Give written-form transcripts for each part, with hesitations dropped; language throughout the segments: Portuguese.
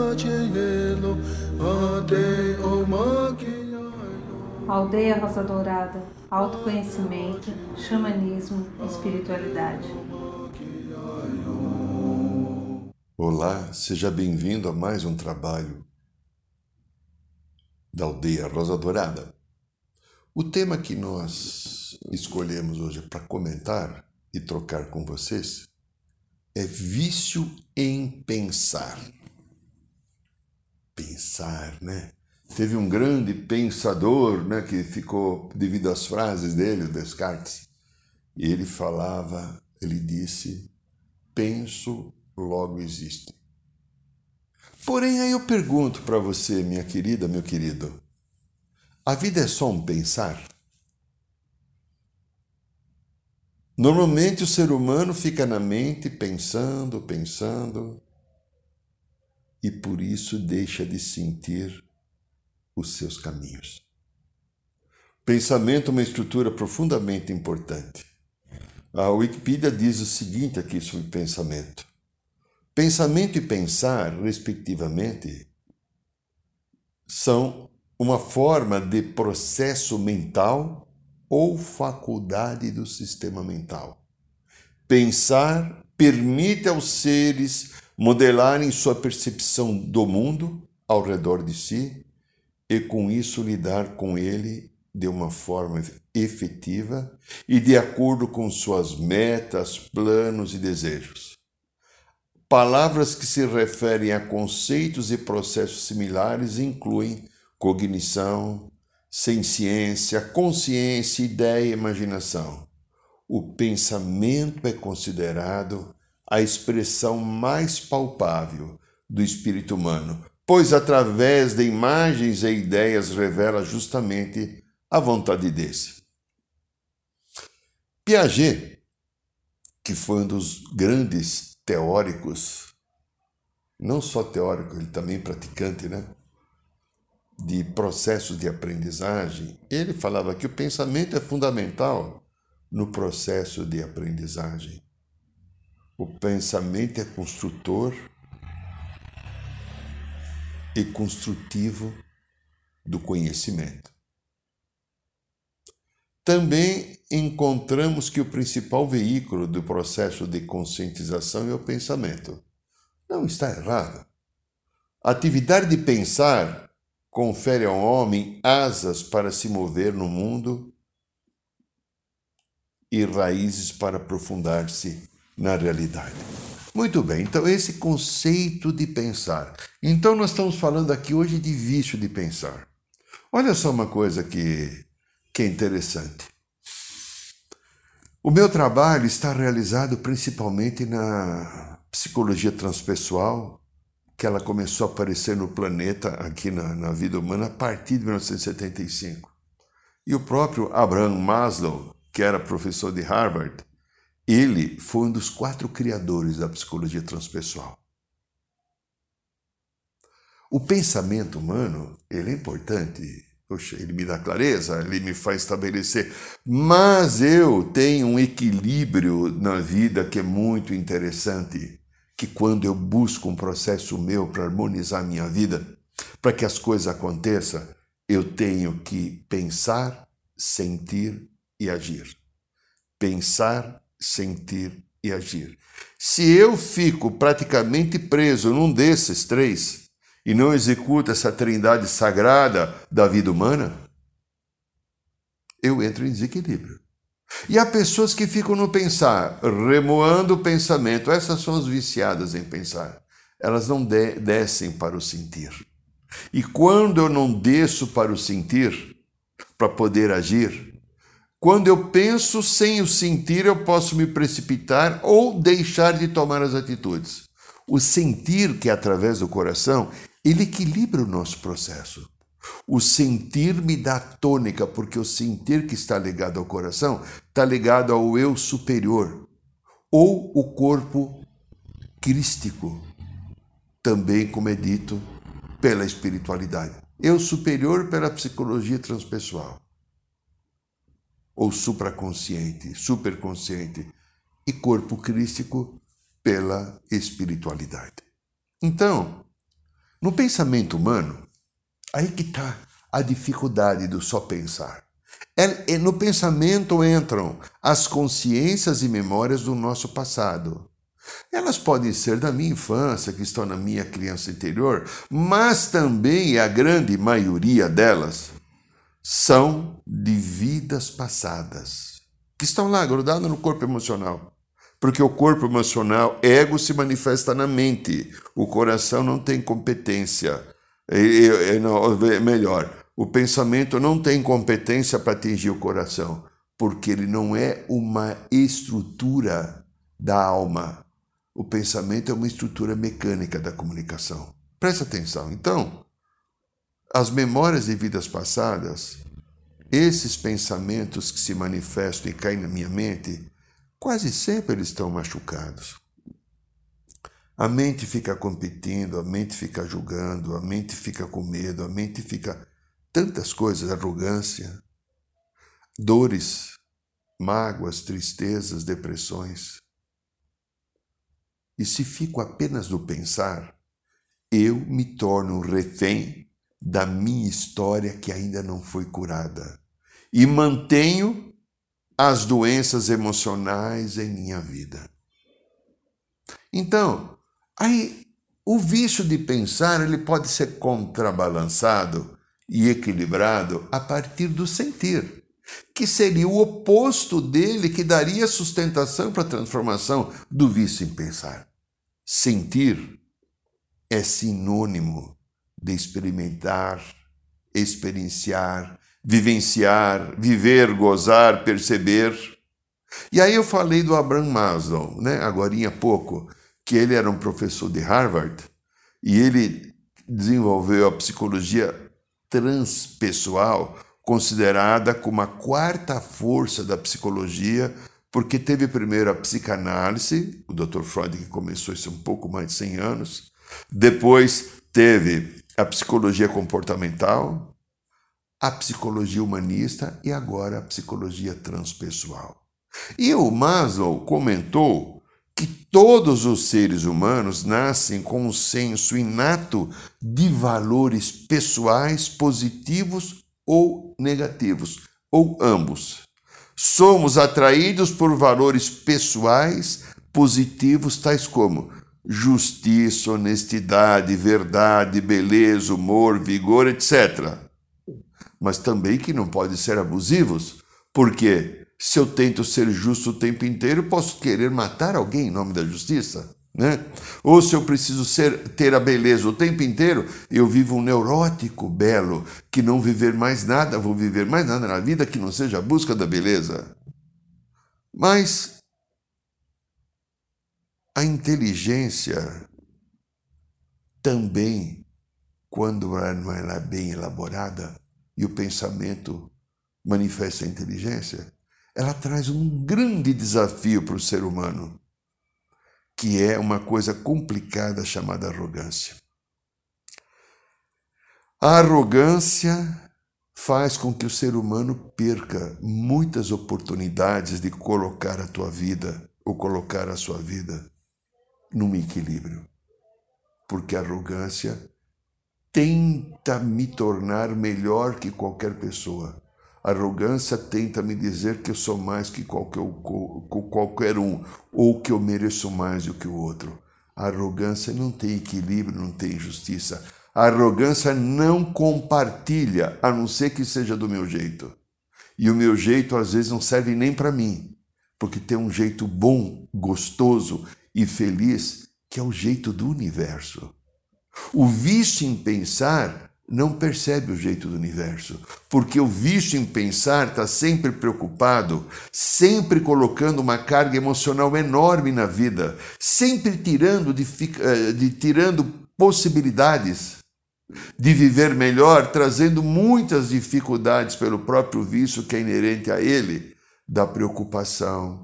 Aldeia Rosa Dourada, autoconhecimento, xamanismo, espiritualidade. Olá, seja bem-vindo a mais um trabalho da Aldeia Rosa Dourada. O tema que nós escolhemos hoje para comentar e trocar com vocês é vício em pensar. Pensar, né? Teve um grande pensador, né, que ficou, devido às frases dele, o Descartes, e ele disse, penso, logo existo. Porém, aí eu pergunto para você, minha querida, meu querido, a vida é só um pensar? Normalmente o ser humano fica na mente pensando, e por isso deixa de sentir os seus caminhos. Pensamento é uma estrutura profundamente importante. A Wikipedia diz o seguinte aqui sobre pensamento. Pensamento e pensar, respectivamente, são uma forma de processo mental ou faculdade do sistema mental. Pensar permite aos seres modelarem sua percepção do mundo ao redor de si e, com isso, lidar com ele de uma forma efetiva e de acordo com suas metas, planos e desejos. Palavras que se referem a conceitos e processos similares incluem cognição, ciência, consciência, ideia e imaginação. O pensamento é considerado a expressão mais palpável do espírito humano, pois através de imagens e ideias revela justamente a vontade desse. Piaget, que foi um dos grandes teóricos, não só teórico, ele também praticante, né, de processos de aprendizagem, ele falava que o pensamento é fundamental no processo de aprendizagem. O pensamento é construtor e construtivo do conhecimento. Também encontramos que o principal veículo do processo de conscientização é o pensamento. Não está errado. A atividade de pensar confere ao homem asas para se mover no mundo e raízes para aprofundar-se na realidade. Muito bem, então esse conceito de pensar. Então nós estamos falando aqui hoje de vício de pensar. Olha só uma coisa que é interessante. O meu trabalho está realizado principalmente na psicologia transpessoal, que ela começou a aparecer no planeta, aqui na vida humana, a partir de 1975. E o próprio Abraham Maslow, que era professor de Harvard, ele foi um dos 4 criadores da psicologia transpessoal. O pensamento humano, ele é importante. Poxa, ele me dá clareza, ele me faz estabelecer. Mas eu tenho um equilíbrio na vida que é muito interessante, que quando eu busco um processo meu para harmonizar a minha vida, para que as coisas aconteçam, eu tenho que pensar, sentir e agir. Pensar, sentir e agir. Se eu fico praticamente preso num desses 3 e não executo essa trindade sagrada da vida humana, eu entro em desequilíbrio. E há pessoas que ficam no pensar, remoando o pensamento. Essas são as viciadas em pensar. Elas não descem para o sentir. E quando eu não desço para o sentir, para poder agir, quando eu penso sem o sentir, eu posso me precipitar ou deixar de tomar as atitudes. O sentir, que é através do coração, ele equilibra o nosso processo. O sentir me dá tônica, porque o sentir que está ligado ao coração está ligado ao eu superior, ou o corpo crístico, também como é dito pela espiritualidade. Eu superior pela psicologia transpessoal. Ou supraconsciente, superconsciente, e corpo crístico pela espiritualidade. Então, No pensamento humano, aí que está a dificuldade do só pensar. No pensamento entram as consciências e memórias do nosso passado. Elas podem ser da minha infância, que estão na minha criança interior, mas também a grande maioria delas são de vidas passadas, que estão lá grudadas no corpo emocional. Porque o corpo emocional, ego, se manifesta na mente. O coração não tem competência. Melhor, o pensamento não tem competência para atingir o coração, porque ele não é uma estrutura da alma. O pensamento é uma estrutura mecânica da comunicação. Presta atenção. Então, as memórias de vidas passadas, esses pensamentos que se manifestam e caem na minha mente, quase sempre eles estão machucados. A mente fica competindo, a mente fica julgando, a mente fica com medo, a mente fica tantas coisas, arrogância, dores, mágoas, tristezas, depressões. E se fico apenas no pensar, eu me torno refém da minha história que ainda não foi curada e mantenho as doenças emocionais em minha vida. Então, aí o vício de pensar ele pode ser contrabalançado e equilibrado a partir do sentir, que seria o oposto dele, que daria sustentação para a transformação do vício em pensar. Sentir é sinônimo de experimentar, experienciar, vivenciar, viver, gozar, perceber. E aí eu falei do Abraham Maslow, agorinha há pouco, que ele era um professor de Harvard e ele desenvolveu a psicologia transpessoal, considerada como a quarta força da psicologia, porque teve primeiro a psicanálise, o Dr. Freud que começou isso há um pouco mais de 100 anos, depois teve a psicologia comportamental, a psicologia humanista e agora a psicologia transpessoal. E o Maslow comentou que todos os seres humanos nascem com um senso inato de valores pessoais positivos ou negativos, ou ambos. Somos atraídos por valores pessoais positivos, tais como justiça, honestidade, verdade, beleza, humor, vigor, etc. Mas também que não podem ser abusivos, porque se eu tento ser justo o tempo inteiro, posso querer matar alguém em nome da justiça, Ou se eu preciso ter a beleza o tempo inteiro, eu vivo um neurótico belo, que não viver mais nada, vou viver mais nada na vida que não seja a busca da beleza. Mas a inteligência também, quando ela é bem elaborada e o pensamento manifesta a inteligência, ela traz um grande desafio para o ser humano, que é uma coisa complicada chamada arrogância. A arrogância faz com que o ser humano perca muitas oportunidades de colocar a tua vida, ou colocar a sua vida, num equilíbrio. Porque a arrogância tenta me tornar melhor que qualquer pessoa. A arrogância tenta me dizer que eu sou mais que qualquer um, ou que eu mereço mais do que o outro. A arrogância não tem equilíbrio, não tem justiça. A arrogância não compartilha, a não ser que seja do meu jeito. E o meu jeito, às vezes, não serve nem para mim, porque tem um jeito bom, gostoso e feliz, que é o jeito do universo. O vício em pensar não percebe o jeito do universo, porque o vício em pensar está sempre preocupado, sempre colocando uma carga emocional enorme na vida, sempre tirando possibilidades de viver melhor, trazendo muitas dificuldades pelo próprio vício que é inerente a ele, da preocupação,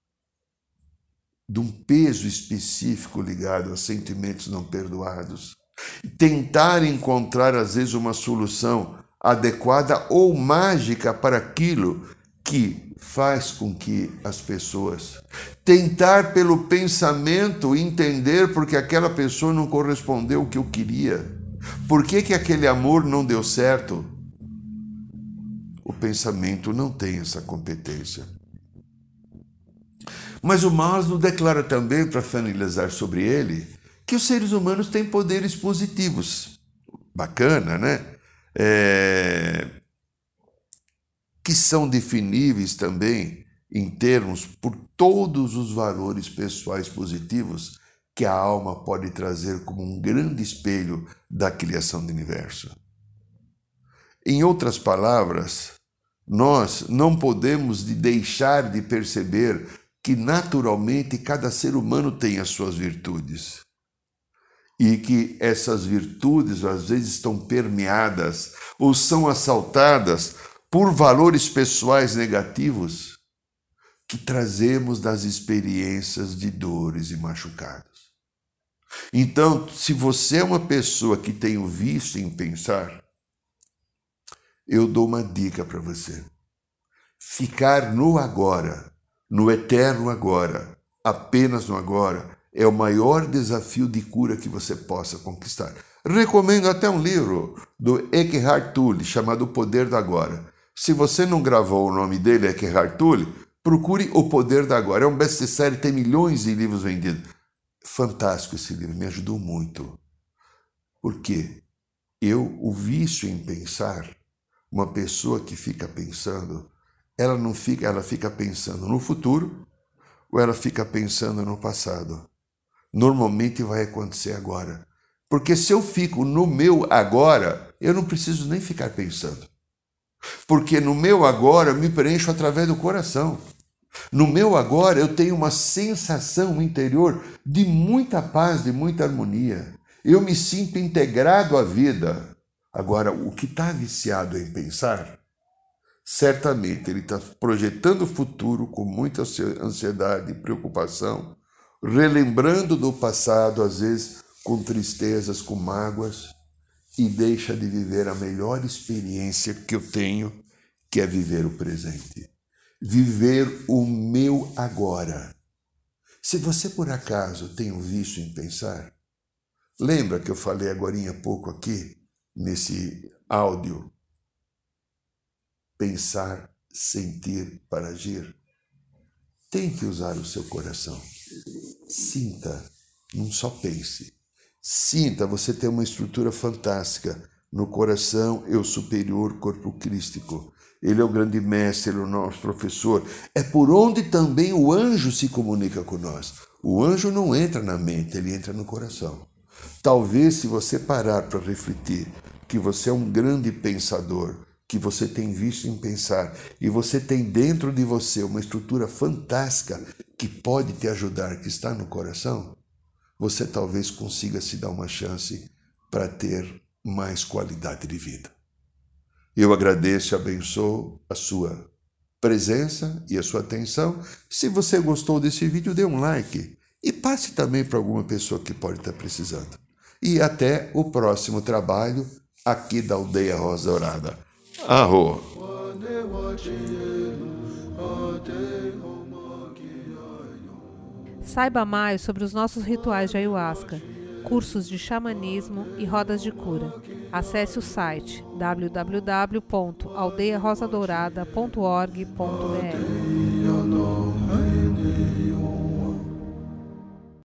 de um peso específico ligado a sentimentos não perdoados. Tentar encontrar, às vezes, uma solução adequada ou mágica para aquilo que faz com que as pessoas tentar pelo pensamento entender porque aquela pessoa não correspondeu ao que eu queria. Por que aquele amor não deu certo? O pensamento não tem essa competência. Mas o Maslow declara também, para finalizar sobre ele, que os seres humanos têm poderes positivos. Bacana, né? Que são definíveis também em termos por todos os valores pessoais positivos que a alma pode trazer como um grande espelho da criação do universo. Em outras palavras, nós não podemos deixar de perceber que naturalmente cada ser humano tem as suas virtudes e que essas virtudes às vezes estão permeadas ou são assaltadas por valores pessoais negativos que trazemos das experiências de dores e machucados. Então, se você é uma pessoa que tem o vício em pensar, eu dou uma dica para você. Ficar no agora, no eterno agora, apenas no agora, é o maior desafio de cura que você possa conquistar. Recomendo até um livro do Eckhart Tolle, chamado O Poder do Agora. Se você não gravou o nome dele, Eckhart Tolle, procure O Poder do Agora. É um best-seller, tem milhões de livros vendidos. Fantástico esse livro, me ajudou muito. Porque o vício em pensar, uma pessoa que fica pensando, ela fica pensando no futuro ou ela fica pensando no passado. Normalmente vai acontecer agora. Porque se eu fico no meu agora, eu não preciso nem ficar pensando. Porque no meu agora eu me preencho através do coração. No meu agora eu tenho uma sensação interior de muita paz, de muita harmonia. Eu me sinto integrado à vida. Agora, o que está viciado em pensar, certamente ele está projetando o futuro com muita ansiedade e preocupação, relembrando do passado, às vezes com tristezas, com mágoas, e deixa de viver a melhor experiência que eu tenho, que é viver o presente. Viver o meu agora. Se você por acaso tem um vício em pensar, lembra que eu falei agorinha há pouco aqui, nesse áudio, pensar, sentir para agir? Tem que usar o seu coração. Sinta, não só pense. Sinta, você tem uma estrutura fantástica. No coração, eu superior, corpo crístico. Ele é o grande mestre, ele é o nosso professor. É por onde também o anjo se comunica com nós. O anjo não entra na mente, ele entra no coração. Talvez, se você parar para refletir que você é um grande pensador, que você tem vício em pensar, e você tem dentro de você uma estrutura fantástica que pode te ajudar, que está no coração, você talvez consiga se dar uma chance para ter mais qualidade de vida. Eu agradeço e abençoo a sua presença e a sua atenção. Se você gostou desse vídeo, dê um like e passe também para alguma pessoa que pode estar precisando. E até o próximo trabalho aqui da Aldeia Rosa Dourada. Arro! Saiba mais sobre os nossos rituais de ayahuasca, cursos de xamanismo e rodas de cura. Acesse o site www.aldeiarosadourada.org.br.